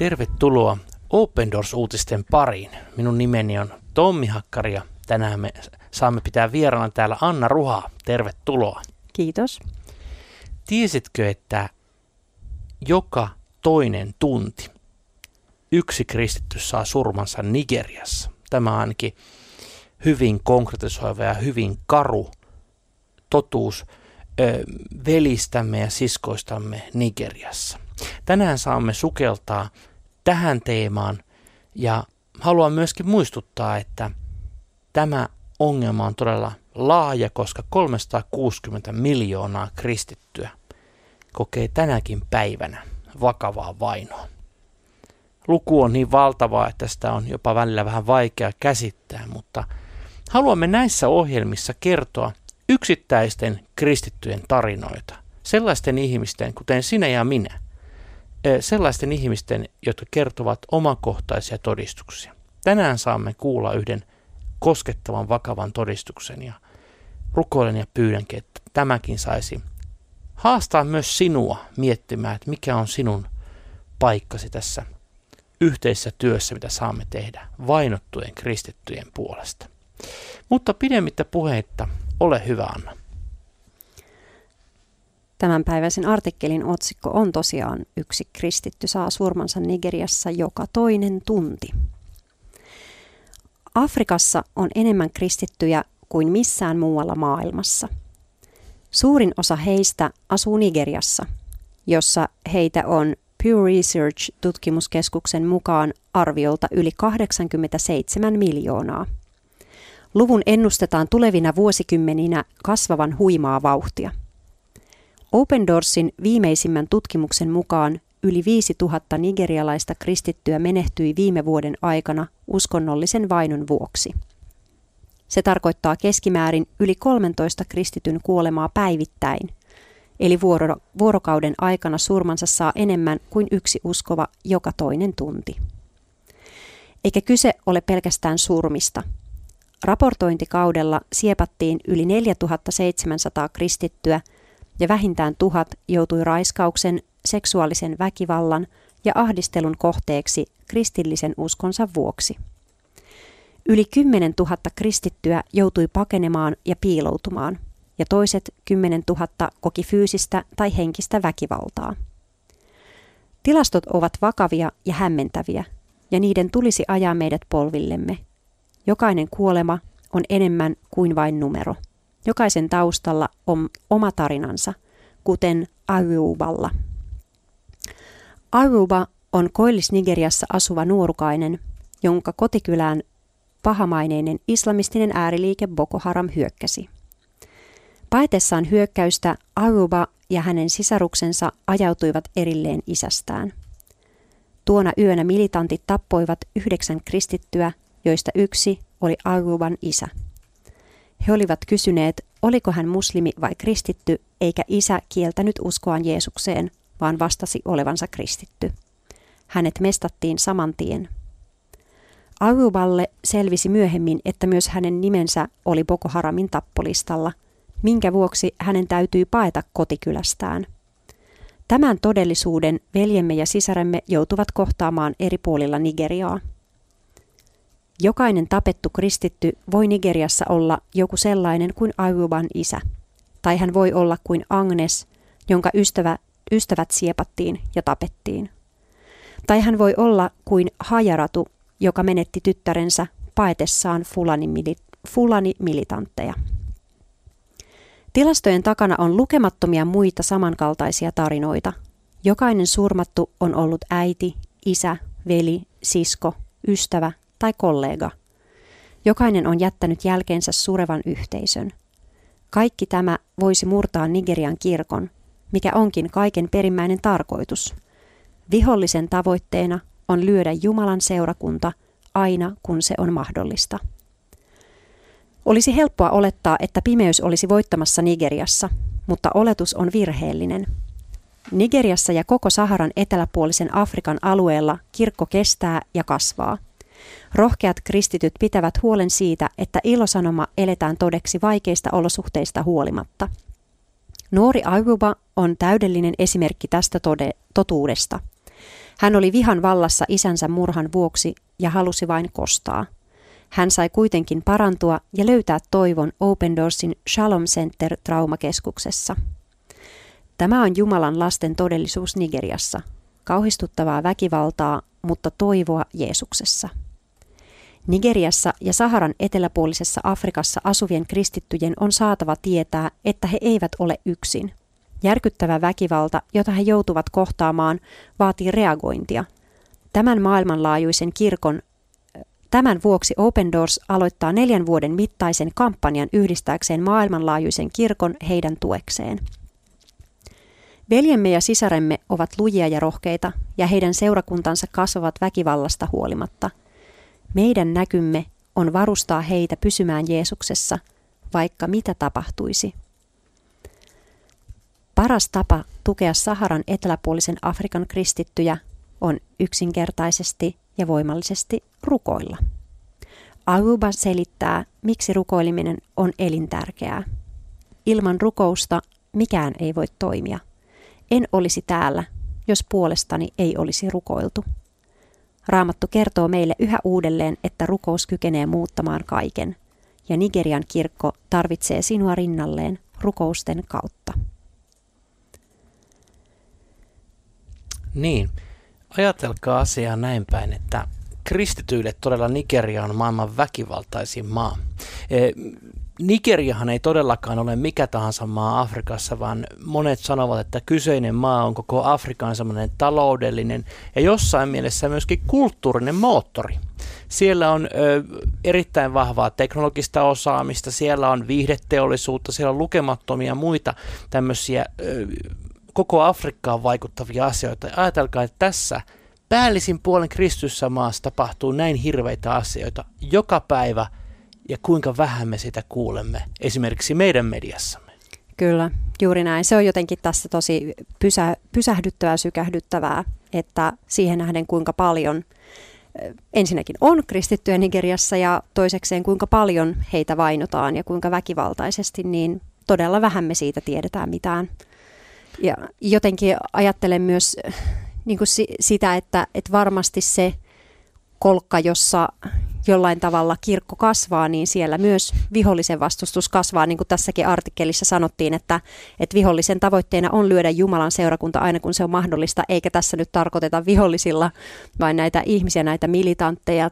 Tervetuloa Open Doors-uutisten pariin. Minun nimeni on Tommi Hakkari ja tänään me saamme pitää vieraana täällä Anna Ruhaa. Tervetuloa. Kiitos. Tiesitkö, että joka toinen tunti yksi kristitty saa surmansa Nigeriassa? Tämä on ainakin hyvin konkretisoiva ja hyvin karu totuus velistämme ja siskoistamme Nigeriassa. Tänään saamme sukeltaa tähän teemaan ja haluan myöskin muistuttaa, että tämä ongelma on todella laaja, koska 360 miljoonaa kristittyä kokee tänäkin päivänä vakavaa vainoa. Luku on niin valtavaa, että sitä on jopa välillä vähän vaikea käsittää, mutta haluamme näissä ohjelmissa kertoa yksittäisten kristittyjen tarinoita. Sellaisten ihmisten, kuten sinä ja minä. Sellaisten ihmisten, jotka kertovat omakohtaisia todistuksia. Tänään saamme kuulla yhden koskettavan vakavan todistuksen ja rukoilen ja pyydänkin, että tämäkin saisi haastaa myös sinua miettimään, että mikä on sinun paikkasi tässä yhteisessä työssä, mitä saamme tehdä vainottujen kristittyjen puolesta. Mutta pidemmittä puheitta, ole hyvä Anna. Tämänpäiväisen artikkelin otsikko on tosiaan yksi kristitty saa surmansa Nigeriassa joka toinen tunti. Afrikassa on enemmän kristittyjä kuin missään muualla maailmassa. Suurin osa heistä asuu Nigeriassa, jossa heitä on Pew Research-tutkimuskeskuksen mukaan arviolta yli 87 miljoonaa. Luvun ennustetaan tulevina vuosikymmeninä kasvavan huimaa vauhtia. Open Doorsin viimeisimmän tutkimuksen mukaan yli 5000 nigerialaista kristittyä menehtyi viime vuoden aikana uskonnollisen vainon vuoksi. Se tarkoittaa keskimäärin yli 13 kristityn kuolemaa päivittäin, eli vuorokauden aikana surmansa saa enemmän kuin yksi uskova joka toinen tunti. Eikä kyse ole pelkästään surmista. Raportointikaudella siepattiin yli 4700 kristittyä ja vähintään 1000 joutui raiskauksen, seksuaalisen väkivallan ja ahdistelun kohteeksi kristillisen uskonsa vuoksi. Yli 10 000 kristittyä joutui pakenemaan ja piiloutumaan, ja toiset 10 000 koki fyysistä tai henkistä väkivaltaa. Tilastot ovat vakavia ja hämmentäviä, ja niiden tulisi ajaa meidät polvillemme. Jokainen kuolema on enemmän kuin vain numero. Jokaisen taustalla on oma tarinansa, kuten Ayuballa. Ayuba on Koillis-Nigeriassa asuva nuorukainen, jonka kotikylään pahamaineinen islamistinen ääriliike Boko Haram hyökkäsi. Paetessaan hyökkäystä Ayuba ja hänen sisaruksensa ajautuivat erilleen isästään. Tuona yönä militantit tappoivat 9 kristittyä, joista yksi oli Ayuban isä. He olivat kysyneet, oliko hän muslimi vai kristitty, eikä isä kieltänyt uskoaan Jeesukseen, vaan vastasi olevansa kristitty. Hänet mestattiin saman tien. Ayuballe selvisi myöhemmin, että myös hänen nimensä oli Boko Haramin tappolistalla, minkä vuoksi hänen täytyi paeta kotikylästään. Tämän todellisuuden veljemme ja sisaremme joutuvat kohtaamaan eri puolilla Nigeriaa. Jokainen tapettu kristitty voi Nigeriassa olla joku sellainen kuin Ayuban isä, tai hän voi olla kuin Agnes, jonka ystävät siepattiin ja tapettiin. Tai hän voi olla kuin Hajaratu, joka menetti tyttärensä paetessaan Fulani-militantteja. Tilastojen takana on lukemattomia muita samankaltaisia tarinoita. Jokainen surmattu on ollut äiti, isä, veli, sisko, ystävä tai kollega. Jokainen on jättänyt jälkeensä surevan yhteisön. Kaikki tämä voisi murtaa Nigerian kirkon, mikä onkin kaiken perimmäinen tarkoitus. Vihollisen tavoitteena on lyödä Jumalan seurakunta aina kun se on mahdollista. Olisi helppoa olettaa, että pimeys olisi voittamassa Nigeriassa, mutta oletus on virheellinen. Nigeriassa ja koko Saharan eteläpuolisen Afrikan alueella kirkko kestää ja kasvaa. Rohkeat kristityt pitävät huolen siitä, että ilosanoma eletään todeksi vaikeista olosuhteista huolimatta. Nuori Ayuba on täydellinen esimerkki tästä totuudesta. Hän oli vihan vallassa isänsä murhan vuoksi ja halusi vain kostaa. Hän sai kuitenkin parantua ja löytää toivon Open Doorsin Shalom Center traumakeskuksessa. Tämä on Jumalan lasten todellisuus Nigeriassa. Kauhistuttavaa väkivaltaa, mutta toivoa Jeesuksessa. Nigeriassa ja Saharan eteläpuolisessa Afrikassa asuvien kristittyjen on saatava tietää, että he eivät ole yksin. Järkyttävä väkivalta, jota he joutuvat kohtaamaan, vaatii reagointia. Tämän vuoksi Open Doors aloittaa 4 vuoden mittaisen kampanjan yhdistääkseen maailmanlaajuisen kirkon heidän tuekseen. Veljemme ja sisaremme ovat lujia ja rohkeita, ja heidän seurakuntansa kasvavat väkivallasta huolimatta. Meidän näkymme on varustaa heitä pysymään Jeesuksessa, vaikka mitä tapahtuisi. Paras tapa tukea Saharan eteläpuolisen Afrikan kristittyjä on yksinkertaisesti ja voimallisesti rukoilla. Ayuba selittää, miksi rukoileminen on elintärkeää. Ilman rukousta mikään ei voi toimia. En olisi täällä, jos puolestani ei olisi rukoiltu. Raamattu kertoo meille yhä uudelleen, että rukous kykenee muuttamaan kaiken, ja Nigerian kirkko tarvitsee sinua rinnalleen rukousten kautta. Niin, ajatelkaa asiaa näin päin, että kristityille todella Nigeria on maailman väkivaltaisin maa. Nigeriahan ei todellakaan ole mikä tahansa maa Afrikassa, vaan monet sanovat, että kyseinen maa on koko Afrikan semmoinen taloudellinen ja jossain mielessä myöskin kulttuurinen moottori. Siellä on erittäin vahvaa teknologista osaamista, siellä on viihdeteollisuutta, siellä on lukemattomia muita tämmöisiä koko Afrikkaan vaikuttavia asioita. Ajatelkaa, että tässä päällisin puolen Kristussa maassa tapahtuu näin hirveitä asioita joka päivä, ja kuinka vähän me sitä kuulemme esimerkiksi meidän mediassamme. Kyllä, juuri näin. Se on jotenkin tässä tosi pysähdyttävää, sykähdyttävää, että siihen nähden kuinka paljon ensinnäkin on kristittyjä Nigeriassa ja toisekseen kuinka paljon heitä vainotaan ja kuinka väkivaltaisesti, niin todella vähän me siitä tiedetään mitään. Ja jotenkin ajattelen myös niin kuin sitä, että varmasti se kolkka, jossa jollain tavalla kirkko kasvaa, niin siellä myös vihollisen vastustus kasvaa, niin kuin tässäkin artikkelissa sanottiin, että vihollisen tavoitteena on lyödä Jumalan seurakunta aina kun se on mahdollista, eikä tässä nyt tarkoiteta vihollisilla vain näitä ihmisiä, näitä militantteja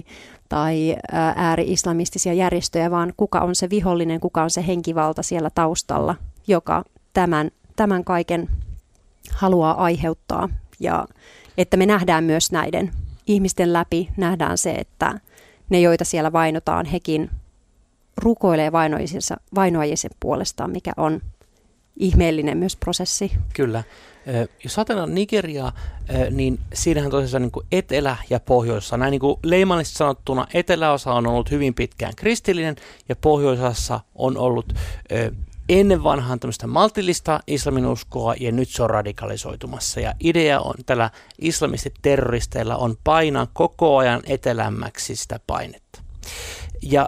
tai ääri-islamistisia järjestöjä, vaan kuka on se vihollinen, kuka on se henkivalta siellä taustalla, joka tämän kaiken haluaa aiheuttaa, ja että me nähdään myös näiden ihmisten läpi, nähdään se, että ne, joita siellä vainotaan, hekin rukoilee vainoajiensa puolestaan, mikä on ihmeellinen myös prosessi. Kyllä. Jos ajatellaan Nigeriaa, niin siinähän tosiaan niin kuin etelä- ja pohjoisessa, näin niin kuin leimallisesti sanottuna, eteläosa on ollut hyvin pitkään kristillinen ja pohjoisessa on ollut ennen vanhaan tämmöistä maltillista islaminuskoa ja nyt se on radikalisoitumassa. Ja idea on tällä islamistiterroristeilla on painaa koko ajan etelämmäksi sitä painetta. Ja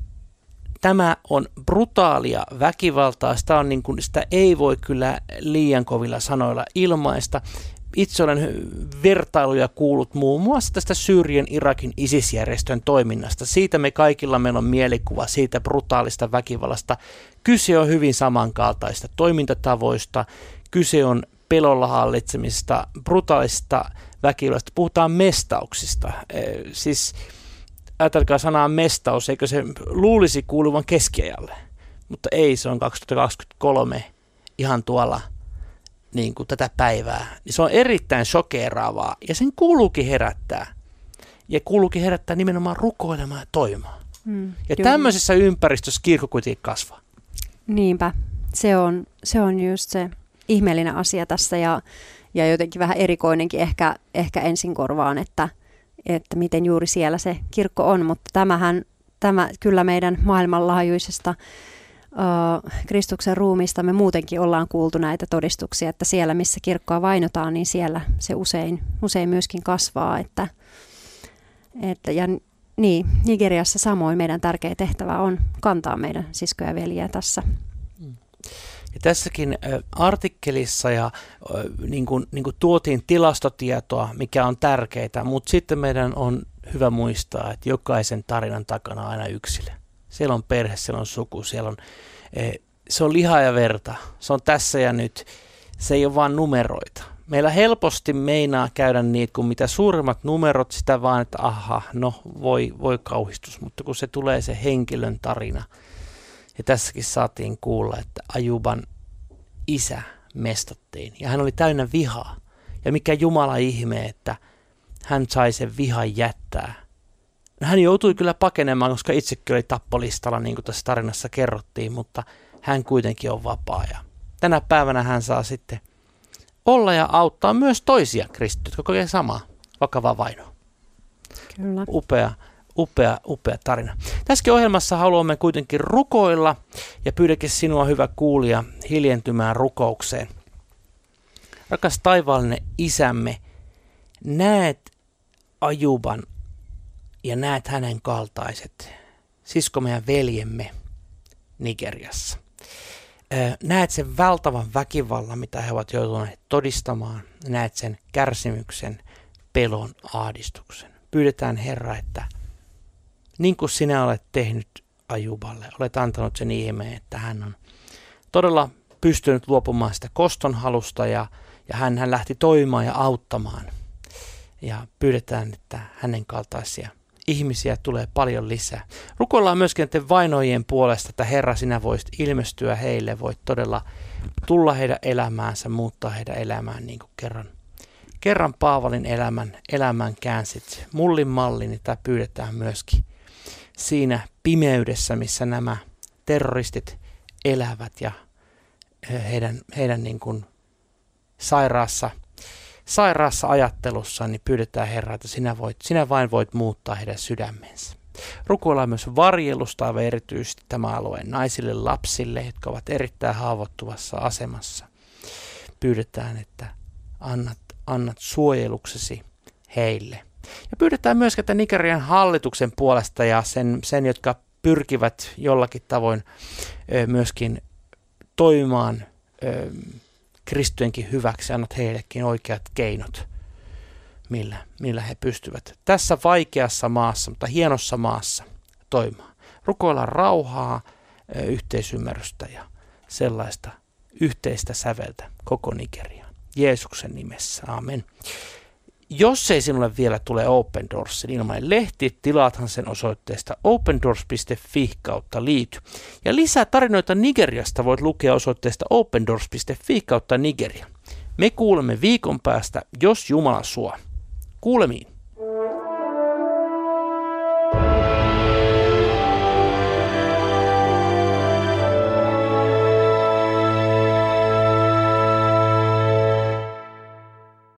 tämä on brutaalia väkivaltaa, sitä ei voi kyllä liian kovilla sanoilla ilmaista. Itse olen vertailuja kuullut muun muassa tästä Syyrian, Irakin ISIS-järjestön toiminnasta. Siitä me kaikilla meillä on mielikuva siitä brutaalista väkivallasta. Kyse on hyvin samankaltaista toimintatavoista, kyse on pelolla hallitsemisesta, brutaalista väkivallasta. Puhutaan mestauksista. Siis ajatelkaa sanaa mestaus, eikö se luulisi kuuluvan keskiajalle, mutta ei, se on 2023 ihan tuolla niin kuin tätä päivää, niin se on erittäin shokeeraavaa ja sen kuuluukin herättää. Ja kuuluukin herättää nimenomaan rukoilemaan ja toimimaan. Ja tämmöisessä ympäristössä kirkko kuitenkin kasvaa. Niinpä. Se on just se ihmeellinen asia tässä ja jotenkin vähän erikoinenkin ehkä ensin korvaan, että miten juuri siellä se kirkko on, mutta tämä kyllä meidän maailmanlaajuisesta Kristuksen ruumiista me muutenkin ollaan kuultu näitä todistuksia, että siellä missä kirkkoa vainotaan, niin siellä se usein myöskin kasvaa. Ja niin, Nigeriassa samoin meidän tärkeä tehtävä on kantaa meidän siskoja ja veljiä tässä. Ja tässäkin artikkelissa niin kuin tuotiin tilastotietoa, mikä on tärkeää, mutta sitten meidän on hyvä muistaa, että jokaisen tarinan takana on aina yksilö. Siellä on perhe, siellä on suku, se on lihaa ja verta, se on tässä ja nyt, se ei ole vaan numeroita. Meillä helposti meinaa käydä niitä, kun mitä suuremmat numerot, sitä vaan, että aha, no voi kauhistus, mutta kun se tulee se henkilön tarina. Ja tässäkin saatiin kuulla, että Ajuban isä mestattiin ja hän oli täynnä vihaa. Ja mikä Jumala ihme, että hän sai sen vihan jättää. No, hän joutui kyllä pakenemaan, koska itsekin oli tappolistalla, niin kuin tässä tarinassa kerrottiin, mutta hän kuitenkin on vapaa. Ja tänä päivänä hän saa sitten olla ja auttaa myös toisia kristittyjä, jotka kokee samaa vakavaa vainoa. Kyllä. Upea tarina. Tässäkin ohjelmassa haluamme kuitenkin rukoilla ja pyydäkin sinua, hyvä kuulija, hiljentymään rukoukseen. Rakas taivaallinen Isämme, näet Ajuban ja näet hänen kaltaiset siskomme ja veljemme Nigeriassa. Näet sen valtavan väkivallan, mitä he ovat joutuneet todistamaan. Näet sen kärsimyksen, pelon, ahdistuksen. Pyydetään, Herra, että niin kuin sinä olet tehnyt Ajuballe, olet antanut sen ihmeen, että hän on todella pystynyt luopumaan sitä kostonhalusta ja hän lähti toimimaan ja auttamaan. Ja pyydetään, että hänen kaltaisia ihmisiä tulee paljon lisää. Rukoillaan myöskin näiden vainoajien puolesta, että Herra, sinä voisit ilmestyä heille, voit todella tulla heidän elämäänsä, muuttaa heidän elämään niin kuin kerran Paavalin elämän käänsit mullin mallin, niin tämä pyydetään myöskin siinä pimeydessä, missä nämä terroristit elävät ja heidän niin kuin sairaassa ajattelussa, niin pyydetään, Herra, että sinä vain voit muuttaa heidän sydämensä. Rukoillaan myös varjelusta erityisesti tämän alueen naisille, lapsille, jotka ovat erittäin haavoittuvassa asemassa. Pyydetään, että annat suojeluksesi heille. Ja pyydetään myös, että Nigerian hallituksen puolesta ja sen jotka pyrkivät jollakin tavoin myöskin toimimaan kristityjenkin hyväksi, annat heillekin oikeat keinot, millä he pystyvät tässä vaikeassa maassa, mutta hienossa maassa toimimaan. Rukoillaan rauhaa, yhteisymmärrystä ja sellaista yhteistä säveltä koko Nigeriaan. Jeesuksen nimessä, amen. Jos ei sinulle vielä tule Open Doorsin ilmainen lehti, tilaathan sen osoitteesta opendoors.fi/liity. Ja lisää tarinoita Nigeriasta voit lukea osoitteesta opendoors.fi/Nigeria. Me kuulemme viikon päästä, jos Jumala suo. Kuulemiin.